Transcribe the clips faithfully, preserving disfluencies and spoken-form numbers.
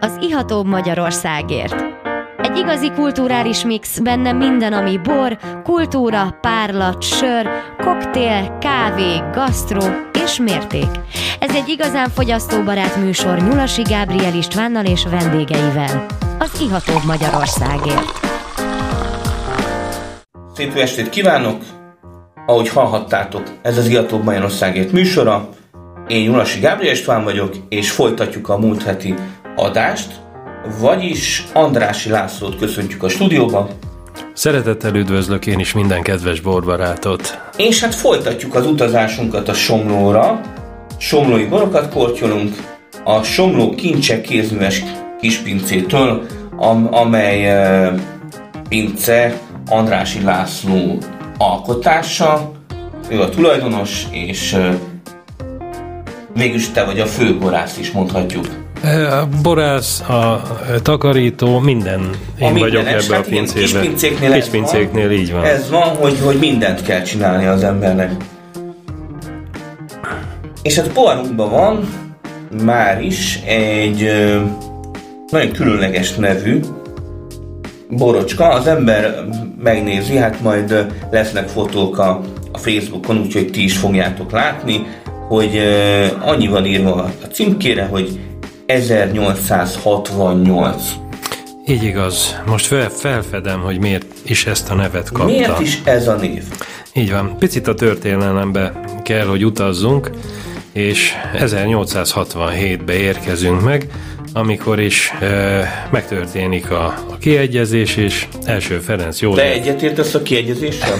az ihatóbb Magyarországért. Egy igazi kulturális mix, benne minden, ami bor, kultúra, párlat, sör, koktél, kávé, gasztró és mérték. Ez egy igazán fogyasztóbarát műsor Nyulasi Gábriel Istvánnal és vendégeivel. Az ihatóbb Magyarországért. Szép estét kívánok! Ahogy hallhattátok, ez az ihatóbb Magyarországért műsora. Én Nyulasi Gábriel István vagyok, és folytatjuk a múlt heti adást, vagyis Andrássy Lászlót köszöntjük a stúdióba. Szeretettel üdvözlök én is minden kedves borbarátot. És hát folytatjuk az utazásunkat a Somlóra. Somlói borokat kortyolunk a Somló Kincsek kézműves kispincétől, am- amely e, pince Andrássy László alkotása. Ő a tulajdonos, és e, végülis te vagy a főborász is, mondhatjuk. A borász, a takarító, minden. Én a vagyok ebbe hát a pincébe. Kispincéknél, Kispincéknél így van. Ez van, hogy, hogy mindent kell csinálni az embernek. És hát poharunkban van már is egy ö, nagyon különleges nevű borocska. Az ember megnézi, hát majd lesznek fotók a, a Facebookon, úgyhogy ti is fogjátok látni, hogy ö, annyi van írva a címkére, hogy ezernyolcszázhatvannyolc. Így igaz. Most fel, felfedem, hogy miért is ezt a nevet kapta. Miért is ez a név? Így van. Picit a történelembe kell, hogy utazzunk, és ezernyolcszázhatvanhétbe érkezünk meg, amikor is e, megtörténik a, a kiegyezés, és első Ferenc József... De egyetértesz a kiegyezéssel?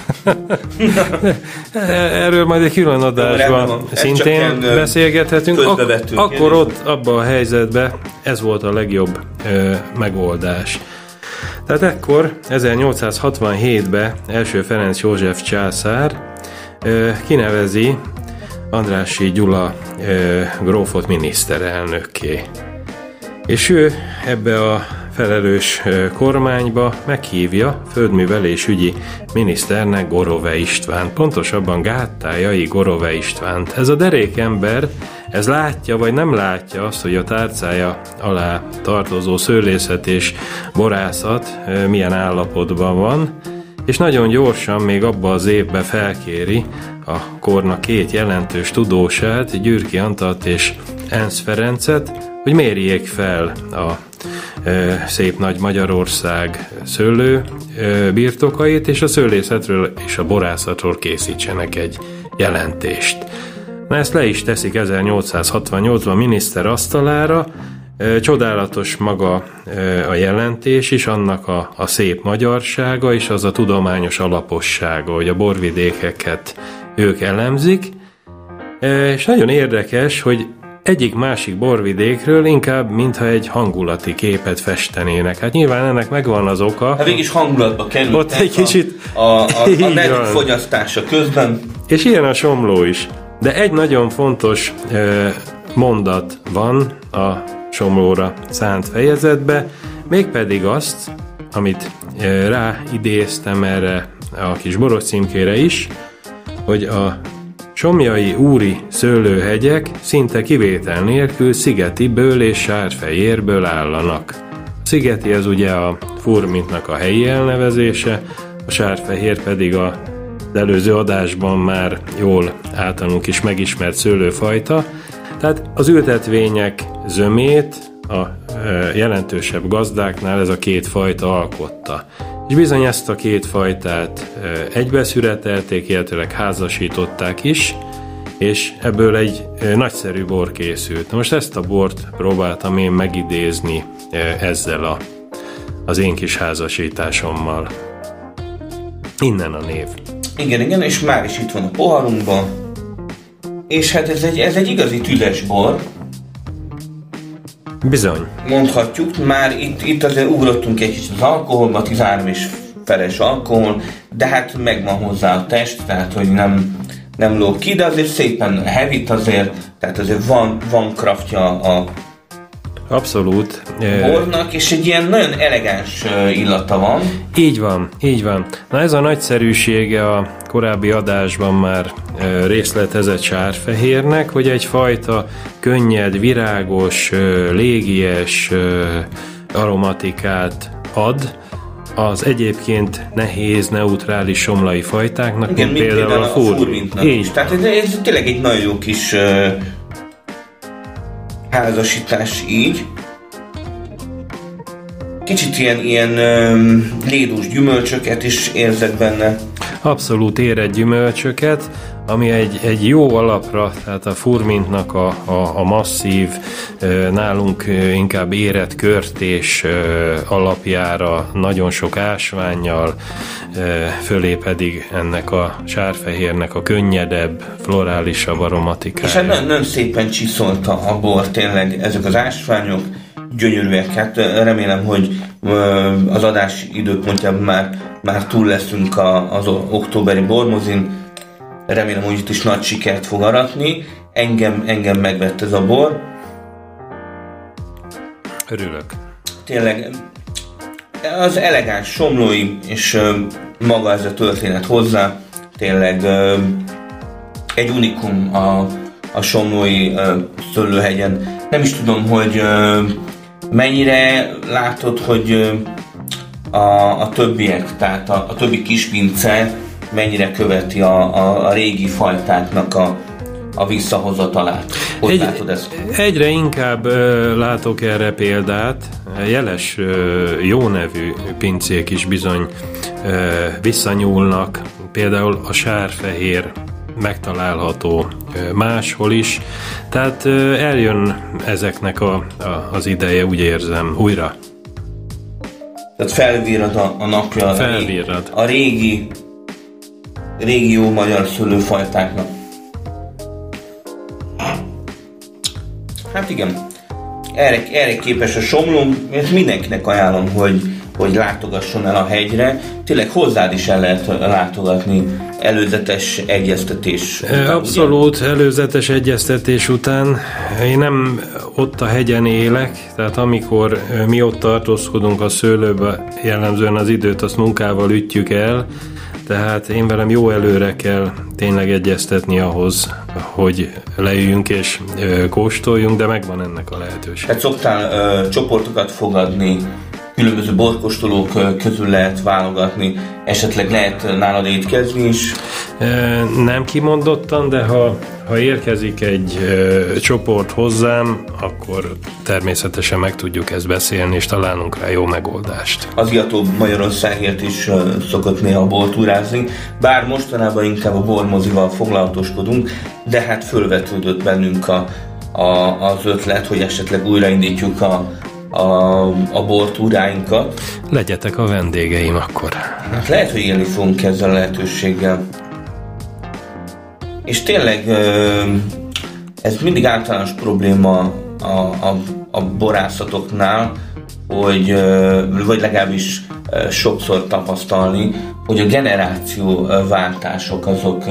Erről majd egy külön adásban szintén beszélgethetünk. Ak- akkor ott, abban a helyzetben ez volt a legjobb ö, megoldás. Tehát ekkor ezernyolcszázhatvanhétben első Ferenc József császár ö, kinevezi Andrássy Gyula ö, grófot miniszterelnökké. És ő ebbe a felelős kormányba meghívja földművelésügyi miniszternek Gorove Istvánt, pontosabban Gátályai Gorove Istvánt. Ez a derék ember, ez látja vagy nem látja azt, hogy a tárcája alá tartozó szőlészet és borászat milyen állapotban van, és nagyon gyorsan még abba az évben felkéri a kornak két jelentős tudósát, Gyürki Antalt és Enz Ferencet, hogy mérjék fel a e, szép nagy Magyarország szőlő e, birtokait, és a szőlészetről és a borászatról készítsenek egy jelentést. Na ezt le is teszik ezernyolcszázhatvannyolcban a miniszter asztalára. E, csodálatos maga e, a jelentés is, annak a, a szép magyarsága, és az a tudományos alapossága, hogy a borvidékeket ők elemzik. E, és nagyon érdekes, hogy egyik-másik borvidékről inkább, mintha egy hangulati képet festenének. Hát nyilván ennek megvan az oka. Hát végig hangulatba került. Ott egy kicsit... A, a, a, a nevük fogyasztása közben. És ilyen a Somló is. De egy nagyon fontos e, mondat van a Somlóra szánt fejezetbe, mégpedig azt, amit e, ráidéztem erre a kis boros címkére is, hogy a somlyai úri szőlőhegyek szinte kivétel nélkül szigeti ből és sárfehérből állanak. A szigeti ez ugye a furmintnak a helyi elnevezése, a sárfehér pedig az előző adásban már jól általunk is megismert szőlőfajta. Tehát az ültetvények zömét a jelentősebb gazdáknál ez a két fajta alkotta. És bizony ezt a két fajtát egybeszüretelték, illetőleg házasították is, és ebből egy nagyszerű bor készült. Most ezt a bort próbáltam én megidézni ezzel a, az én kis házasításommal. Innen a név. Igen, igen, és már is itt van a poharunkban. És hát ez egy, ez egy igazi tüzes bor. Bizony. Mondhatjuk, már itt, itt azért ugrottunk egy kicsit az alkoholba, tizenhárom és feles alkohol, de hát megvan hozzá a test, tehát hogy nem, nem lóg ki, de azért szépen heavy azért, tehát azért van, van kraftja a Abszolút. bornak, és egy ilyen nagyon elegáns illata van. Így van, így van. Na ez a nagyszerűsége, a korábbi adásban már részletezett sárfehérnek, hogy egyfajta könnyed, virágos, légies aromatikát ad az egyébként nehéz, neutrális somlai fajtáknak, igen, mint például a, a furmintnak. Így. Tehát ez, ez tényleg egy nagyon jó kis uh, házasítás így. Kicsit ilyen, ilyen um, lédús gyümölcsöket is érzek benne. Abszolút érett gyümölcsöket, ami egy, egy jó alapra, tehát a furmintnak a, a, a masszív, nálunk inkább érett körtés alapjára nagyon sok ásvánnyal, fölé pedig ennek a sárfehérnek a könnyedebb, florálisabb aromatikája. És hát nagyon, nagyon szépen csiszolta a bor tényleg ezek az ásványok, gyönyörűek. Hát remélem, hogy az adás időpontjában már, már túl leszünk az októberi bormozin. Remélem, hogy itt is nagy sikert fog aratni. Engem, engem megvett ez a bor. Örülök. Tényleg az elegáns somlói és maga ez a történet hozzá. Tényleg egy unikum a, a somlói szőlőhegyen. Nem is tudom, hogy mennyire látod, hogy a, a többiek, tehát a, a többi kispince mennyire követi a, a, a régi fajtáknak a, a visszahozatalát. Hogy Egy, látod ezt? Egyre inkább uh, látok erre példát. Jeles, uh, jó nevű pincék is bizony uh, visszanyúlnak. Például a sárfehér megtalálható uh, máshol is. Tehát uh, eljön ezeknek a, a, az ideje, úgy érzem, újra. Tehát felvirrad a, a napja felvirrad. a régi régi jó magyar szőlőfajtáknak. Hát igen, erre, erre képes a somló, mindenkinek ajánlom, hogy, hogy látogasson el a hegyre. Tényleg hozzád is el lehet látogatni előzetes egyeztetés után. Abszolút, ugye? Előzetes egyeztetés után. Én nem ott a hegyen élek, tehát amikor mi ott tartózkodunk a szőlőbe, jellemzően az időt azt munkával ütjük el, tehát én velem jó előre kell tényleg egyeztetni ahhoz, hogy leüljünk és ö, kóstoljunk, de megvan ennek a lehetőség. Hát szoktál ö, csoportokat fogadni, különböző borkóstolók közül lehet válogatni, esetleg lehet nálad étkezni is? Nem kimondottan, de ha, ha érkezik egy ö, csoport hozzám, akkor természetesen meg tudjuk ezt beszélni, és találunk rá jó megoldást. Az Iató Magyarországért is ö, szokott néha bortúrázni, bár mostanában inkább a bormozival foglalatoskodunk, de hát fölvetődött bennünk a, a, az ötlet, hogy esetleg újraindítjuk a a, a bortúráinkat. Legyetek a vendégeim akkor. Hát lehet, hogy élni fogunk ezzel a lehetőséggel. És tényleg ez mindig általános probléma a, a, a borászatoknál, hogy, vagy legalábbis sokszor tapasztalni, hogy a generációváltások azok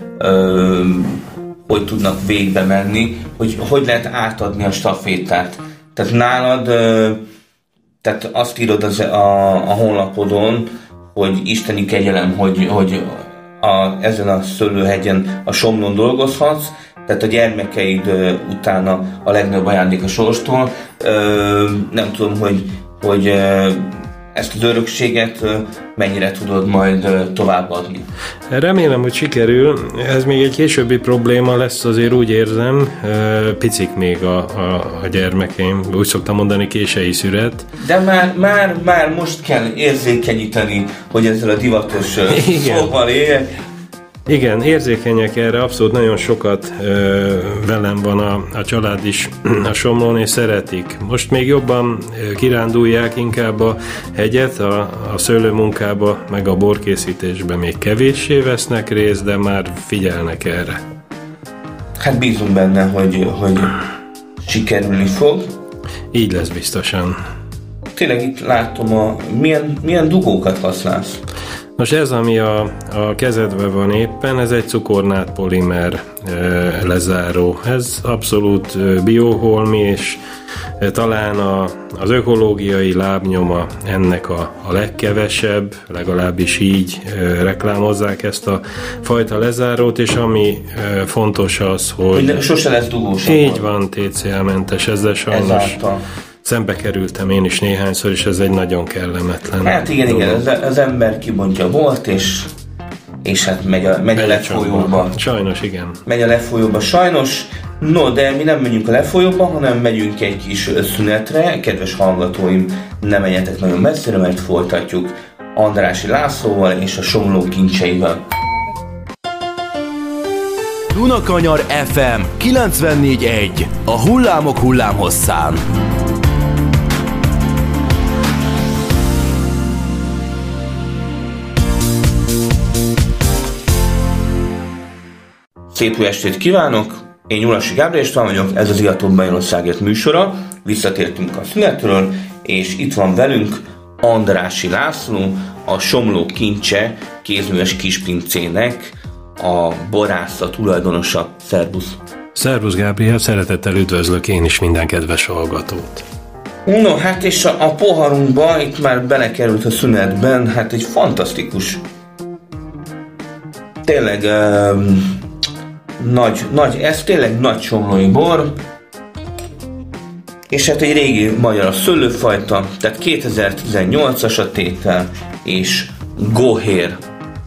hogy tudnak végbe menni, hogy hogy lehet átadni a stafétát. Tehát nálad, tehát azt írod az, a, a honlapodon, hogy isteni kegyelem, hogy, hogy a, ezen a szőlőhegyen, a Somlón dolgozhatsz, tehát a gyermekeid utána a legnagyobb ajándék a sorstól. Nem tudom, hogy, hogy ezt az örökséget mennyire tudod majd továbbadni. Remélem, hogy sikerül. Ez még egy későbbi probléma lesz, azért úgy érzem. Picik még a, a, a gyermekeim, úgy szoktam mondani, kései szüret. De már, már, már most kell érzékenyíteni, hogy ezzel a divatos szóval éljek. Igen, érzékenyek erre, abszolút nagyon sokat ö, velem van a, a család is a Somlón, és szeretik. Most még jobban kirándulják inkább a hegyet, a, a szőlőmunkába, meg a borkészítésbe még kevéssé vesznek részt, de már figyelnek erre. Hát bízunk benne, hogy, hogy sikerülni fog. Így lesz biztosan. Tényleg itt látom, a, milyen, milyen dugókat használsz. Most ez, ami a, a kezedben van éppen, ez egy cukornát polimer e, lezáró. Ez abszolút bioholmi, és e, talán a, az ökológiai lábnyoma ennek a, a legkevesebb, legalábbis így e, reklámozzák ezt a fajta lezárót, és ami e, fontos az, hogy... Minden, sose lesz dugós. Így van, té cé el-mentes, ezzel sajnos... Ezáltal. Szembe kerültem én is néhányszor, és ez egy nagyon kellemetlen. Hát igen, dolog. igen, az, az ember kibontja volt, és, és hát megy a, megy a lefolyóba. Sajnos, igen. Megy a lefolyóba, sajnos. No, de mi nem megyünk a lefolyóba, hanem megyünk egy kis szünetre. Kedves hallgatóim, ne menjetek nagyon messzire, mert folytatjuk Andrássy Lászlóval és a Somló kincseivel. Dunakanyar ef em kilencvennégy egy, a hullámok hullámhosszán. Szép jó estét kívánok! Én Nyulasi Gábor István vagyok, ez az Iatóbb Magyarországért műsora. Visszatértünk a szünetről, és itt van velünk Andrássy László, a Somló Kincse kézműves kispincének a borásza tulajdonosa. Szerbusz! Szerbusz Gábriel, szeretettel üdvözlök én is minden kedves hallgatót! No, hát és a, a poharunkba itt már belekerült a szünetben, hát egy fantasztikus, tényleg um, nagy, nagy, ez tényleg nagy somlói bor, és hát egy régi magyar szőlőfajta, tehát kétezer-tizennyolcas a tétel, és Góhér.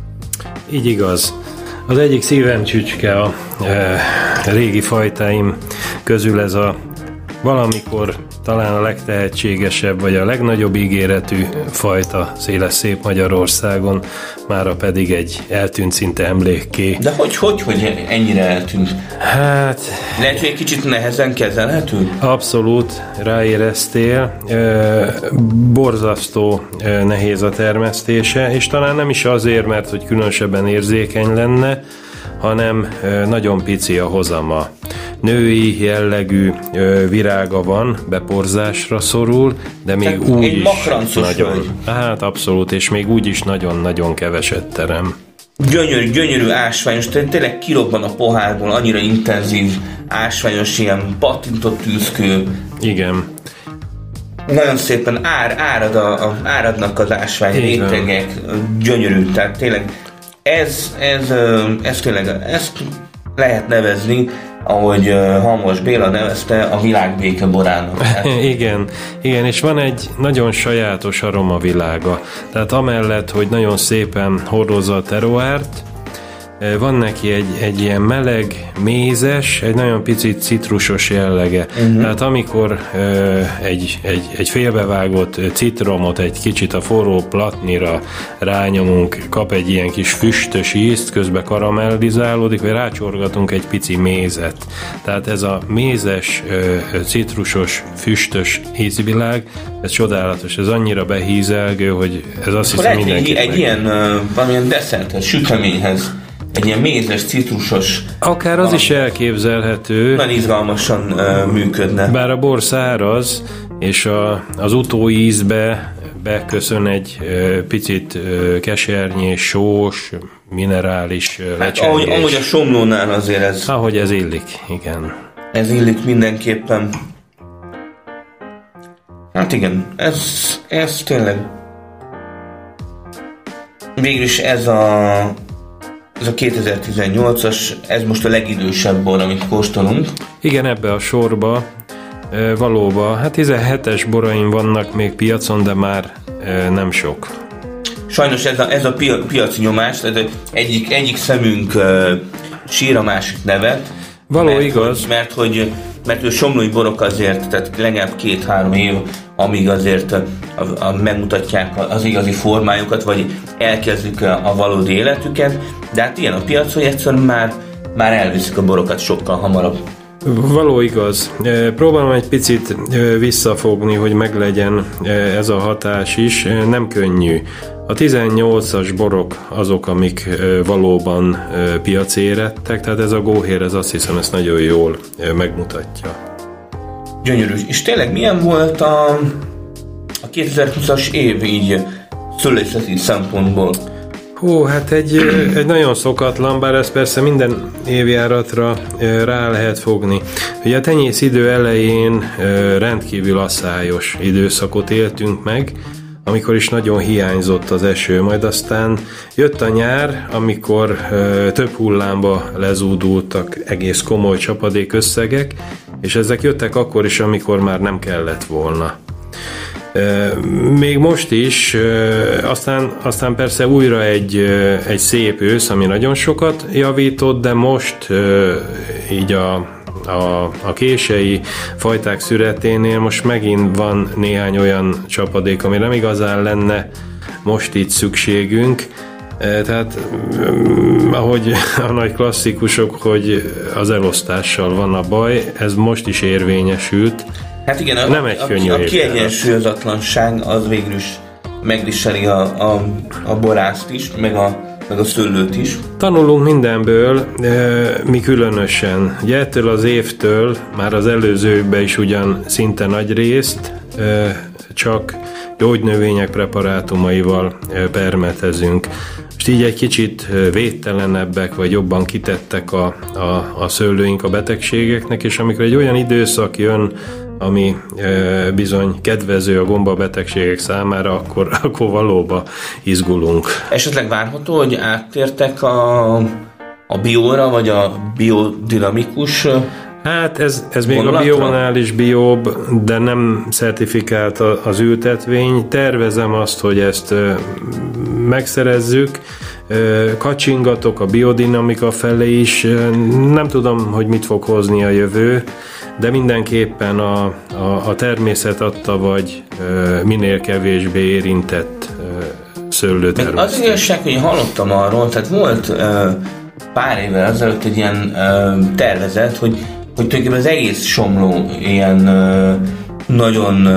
Így igaz. Az egyik szívem csücske a e, régi fajtáim közül ez a valamikor talán a legtehetségesebb, vagy a legnagyobb ígéretű fajta széles szép Magyarországon, mára pedig egy eltűnt szinte emlékké. De hogy, hogy, hogy ennyire eltűnt? Hát... Lehet, hogy egy kicsit nehezen kezelhető? Abszolút, ráéreztél. E, borzasztó e, nehéz a termesztése, és talán nem is azért, mert hogy különösebben érzékeny lenne, hanem e, nagyon pici a hozama. Női jellegű ö, virága van, beporzásra szorul, de még tehát úgy egy is nagyon... Vagy. Hát abszolút, és még úgy is nagyon-nagyon keveset terem. Gyönyörű, gyönyörű ásványos, tehát tényleg kirobban a pohárból, annyira intenzív, ásványos, ilyen pattintott tűzkő. Igen. Nagyon szépen ár, árad a, a, áradnak az ásvány rétegek, gyönyörű, tehát tényleg ez, ez, ez tényleg, ezt lehet nevezni, ahogy Halmos Béla nevezte, a világbéke borának. igen, igen, és van egy nagyon sajátos aromavilága. Tehát amellett, hogy nagyon szépen hordozza a teruárt, van neki egy, egy ilyen meleg, mézes, egy nagyon picit citrusos jellege. Uh-huh. Tehát amikor uh, egy, egy, egy félbevágott citromot egy kicsit a forró platnira rányomunk, kap egy ilyen kis füstös ízt, közben karamellizálódik, vagy rácsorgatunk egy pici mézet. Tehát ez a mézes, uh, citrusos, füstös ízvilág, ez csodálatos, ez annyira behízelgő, hogy ez azt hiszem mindenki. Egy, egy ilyen uh, valamilyen desszerthez, süteményhez, egy ilyen mézes, citrusos... Akár az a, is elképzelhető. Nagyon izgalmasan uh, működne. Bár a bor száraz, és a, az utóízbe beköszön egy uh, picit uh, kesernyés, sós, minerális uh, hát ahogy, ahogy a Somlónál azért ez... Ahogy ez illik, igen. Ez illik mindenképpen. Hát igen, ez, ez tényleg... Végülis ez a... Ez a kétezer-tizennyolcas, ez most a legidősebb bor, amit kóstolunk. Igen, ebbe a sorba e, valóban, hát tizenhetes boraim vannak még piacon, de már e, nem sok. Sajnos ez a, ez a pia, piaci nyomás, tehát egyik, egyik szemünk e, sír a másik nevet. Való mert, igaz. Hogy, mert hogy mert a somlói borok azért, tehát legalább két-három év, amíg azért a, a, a megmutatják az igazi formájukat, vagy elkezdik a, a valódi életüket, de hát ilyen a piac, hogy egyszerűen már, már elviszik a borokat sokkal hamarabb. Való igaz. Próbálom egy picit visszafogni, hogy meglegyen ez a hatás is. Nem könnyű. A tizennyolcas borok azok, amik valóban piacérettek, tehát ez a Góhér, ez azt hiszem, ezt nagyon jól megmutatja. Gyönyörű. És tényleg milyen volt a, a kétezer-húszas év így szülészeti szempontból? Hú, hát egy, egy nagyon szokatlan, bár ez persze minden évjáratra rá lehet fogni. Ugye a tenyész idő elején rendkívül asszályos időszakot éltünk meg, amikor is nagyon hiányzott az eső, majd aztán jött a nyár, amikor több hullámba lezúdultak egész komoly csapadékösszegek, és ezek jöttek akkor is, amikor már nem kellett volna. Még most is, aztán, aztán persze újra egy, egy szép ősz, ami nagyon sokat javított, de most így a, a, a kései fajták szüreténél most megint van néhány olyan csapadék, ami nem igazán lenne most itt szükségünk. Tehát ahogy a nagy klasszikusok, hogy az elosztással van a baj, ez most is érvényesült. Hát igen, a, nem egy a, a kiegyensúlyozatlanság az végül is megviseli a, a, a borászt is, meg a, meg a szőlőt is. Tanulunk mindenből, mi különösen. Ugye ettől az évtől, már az előzőkben is ugyan szinte nagy részt, csak gyógynövények preparátumaival permetezünk. Most így egy kicsit védtelenebbek, vagy jobban kitettek a, a, a szőlőink a betegségeknek, és amikor egy olyan időszak jön, ami e, bizony kedvező a gombabetegségek számára, akkor, akkor valóban izgulunk. Esetleg várható, hogy áttértek a, a bióra, vagy a biodinamikus? Hát ez, ez még a bionál is bióbb, de nem certifikált az ültetvény. Tervezem azt, hogy ezt megszerezzük, kacsingatok a biodinamika felé is. Nem tudom, hogy mit fog hozni a jövő, de mindenképpen a, a, a természet adta, vagy minél kevésbé érintett szőlőtermesztés. Az igazság, hogy hallottam arról, tehát volt pár évvel ezelőtt egy ilyen tervezet, hogy hogy tulajdonképpen az egész Somló ilyen nagyon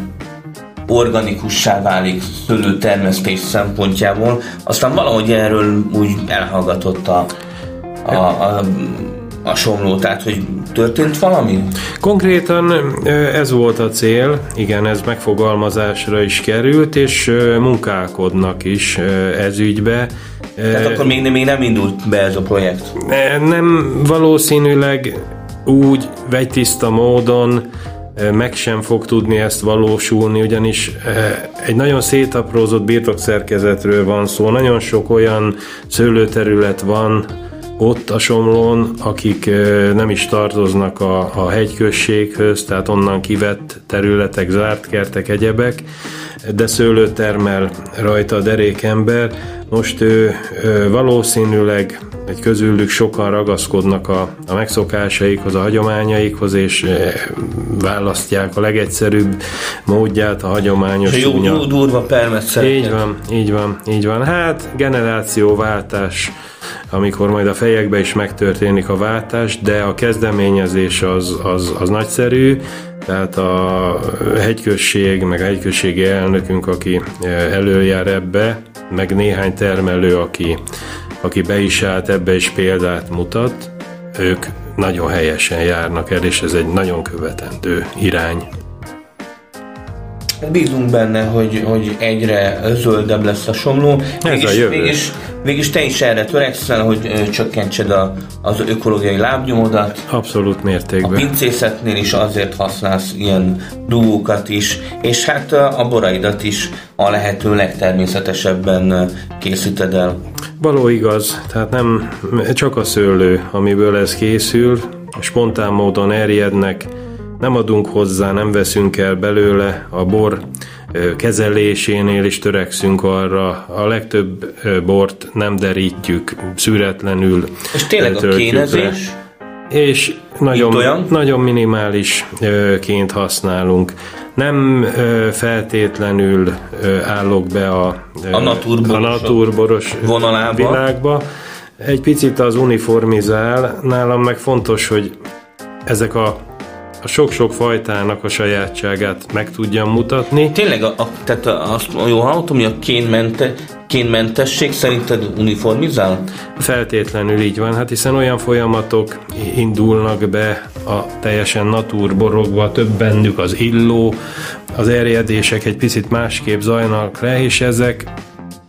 organikussá válik szőlőtermesztés szempontjából, aztán valahogy erről úgy elhallgatott a, a, a, a Somló, tehát hogy történt valami? Konkrétan ez volt a cél, igen, ez megfogalmazásra is került, és munkálkodnak is ez ügybe. Tehát akkor még, még nem indult be ez a projekt? Nem, valószínűleg úgy vegytiszta módon meg sem fog tudni ezt valósulni, ugyanis egy nagyon szétaprózott birtokszerkezetről van szó, nagyon sok olyan szőlőterület van ott a Somlón, akik nem is tartoznak a, a hegyközséghöz, tehát onnan kivett területek, zárt kertek, egyebek, de szőlőt termel rajta a derékember. Most ő, ő valószínűleg egy közülük sokan ragaszkodnak a, a megszokásaikhoz, a hagyományaikhoz, és választják a legegyszerűbb módját, a hagyományos jó, jó durva permet szeretnék. Így van, így van, így van. Hát generációváltás, amikor majd a fejekbe is megtörténik a váltás, de a kezdeményezés az, az, az nagyszerű, tehát a hegyközség, meg a hegyközségi elnökünk, aki előjár ebbe, meg néhány termelő, aki, aki be is állt ebbe és példát mutat, ők nagyon helyesen járnak el, és ez egy nagyon követendő irány. Bízunk benne, hogy, hogy egyre zöldebb lesz a Somló. Mégis, mégis, mégis te is erre törekszel, hogy csökkentsed a, az ökológiai lábnyomodat. Abszolút mértékben. A pincészetnél is azért használsz ilyen dugókat is, és hát a boraidat is a lehető legtermészetesebben készíted el. Való igaz, tehát nem csak a szőlő, amiből ez készül, spontán módon erjednek, nem adunk hozzá, nem veszünk el belőle, a bor kezelésénél is törekszünk arra, a legtöbb bort nem derítjük, szüretlenül. És tényleg a kénezés? És nagyon, nagyon minimális ként használunk. Nem feltétlenül állok be a, a naturboros, a naturboros világba. Egy picit az uniformizál, nálam meg fontos, hogy ezek a a sok-sok fajtának a sajátságát meg tudjam mutatni. Tényleg, a, a, tehát azt jól hallottam, hogy a kénmente, kénmentesség szerinted uniformizál? Feltétlenül így van, hát hiszen olyan folyamatok indulnak be a teljesen naturborokba, több bennük az illó, az erjedések egy picit másképp zajnak le, és ezek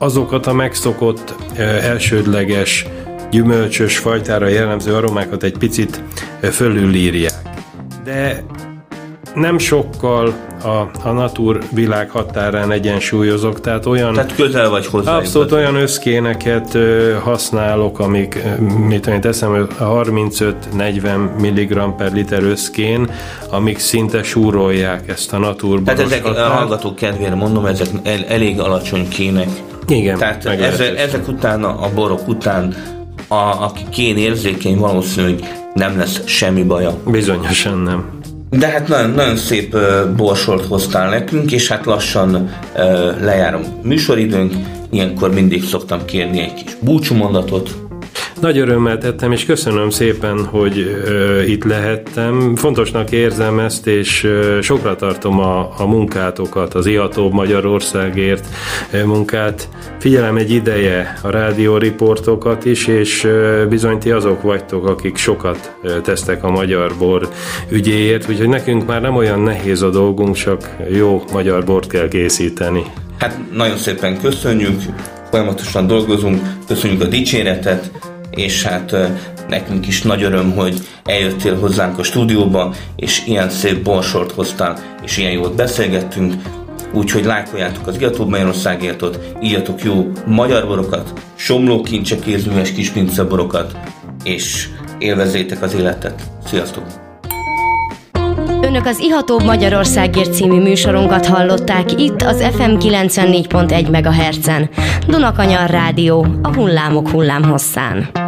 azokat a megszokott elsődleges gyümölcsös fajtára jellemző aromákat egy picit fölülírják. De nem sokkal a, a natur világ határán egyensúlyozok, tehát olyan... Tehát közel vagy hozzá. Abszolút olyan összkéneket ö, használok, amik, mit tudom, teszem, harmincöt-negyven milligramm per liter összkén, amik szinte súrolják ezt a naturboros Tehát ezek határt. A hallgatók kedvére mondom, ezek el, elég alacsony kének. Igen. Tehát ezek, ezek után, a borok után, a, aki kén érzékeny, valószínűleg nem lesz semmi baja. Bizonyosan nem. De hát nagyon, nagyon szép uh, borsort hoztál nekünk, és hát lassan uh, lejárom műsoridőnk. Ilyenkor mindig szoktam kérni egy kis búcsúmondatot. Nagy örömmel tettem, és köszönöm szépen, hogy uh, itt lehettem. Fontosnak érzem ezt, és uh, sokra tartom a, a munkátokat, az Ihatóbb Magyarországért uh, munkát. Figyelem egy ideje a rádióriportokat is, és uh, bizony ti azok vagytok, akik sokat uh, tesztek a magyar bor ügyéért, úgyhogy nekünk már nem olyan nehéz a dolgunk, csak jó magyar bort kell készíteni. Hát nagyon szépen köszönjük, folyamatosan dolgozunk, köszönjük a dicséretet, és hát nekünk is nagy öröm, hogy eljöttél hozzánk a stúdióba, és ilyen szép borsort hoztál, és ilyen jót beszélgettünk, úgyhogy lájkoljátok az Ihatóbb Magyarországértot, írjatok jó magyar borokat, Somló kincse kézműves kispinceborokat, és élvezzétek az életet. Sziasztok! Önök az Ihatóbb Magyarországért című műsorunkat hallották itt az ef em kilencvennégy pont egy megahertzen. Dunakanyar Rádió, a hullámok hullámhosszán.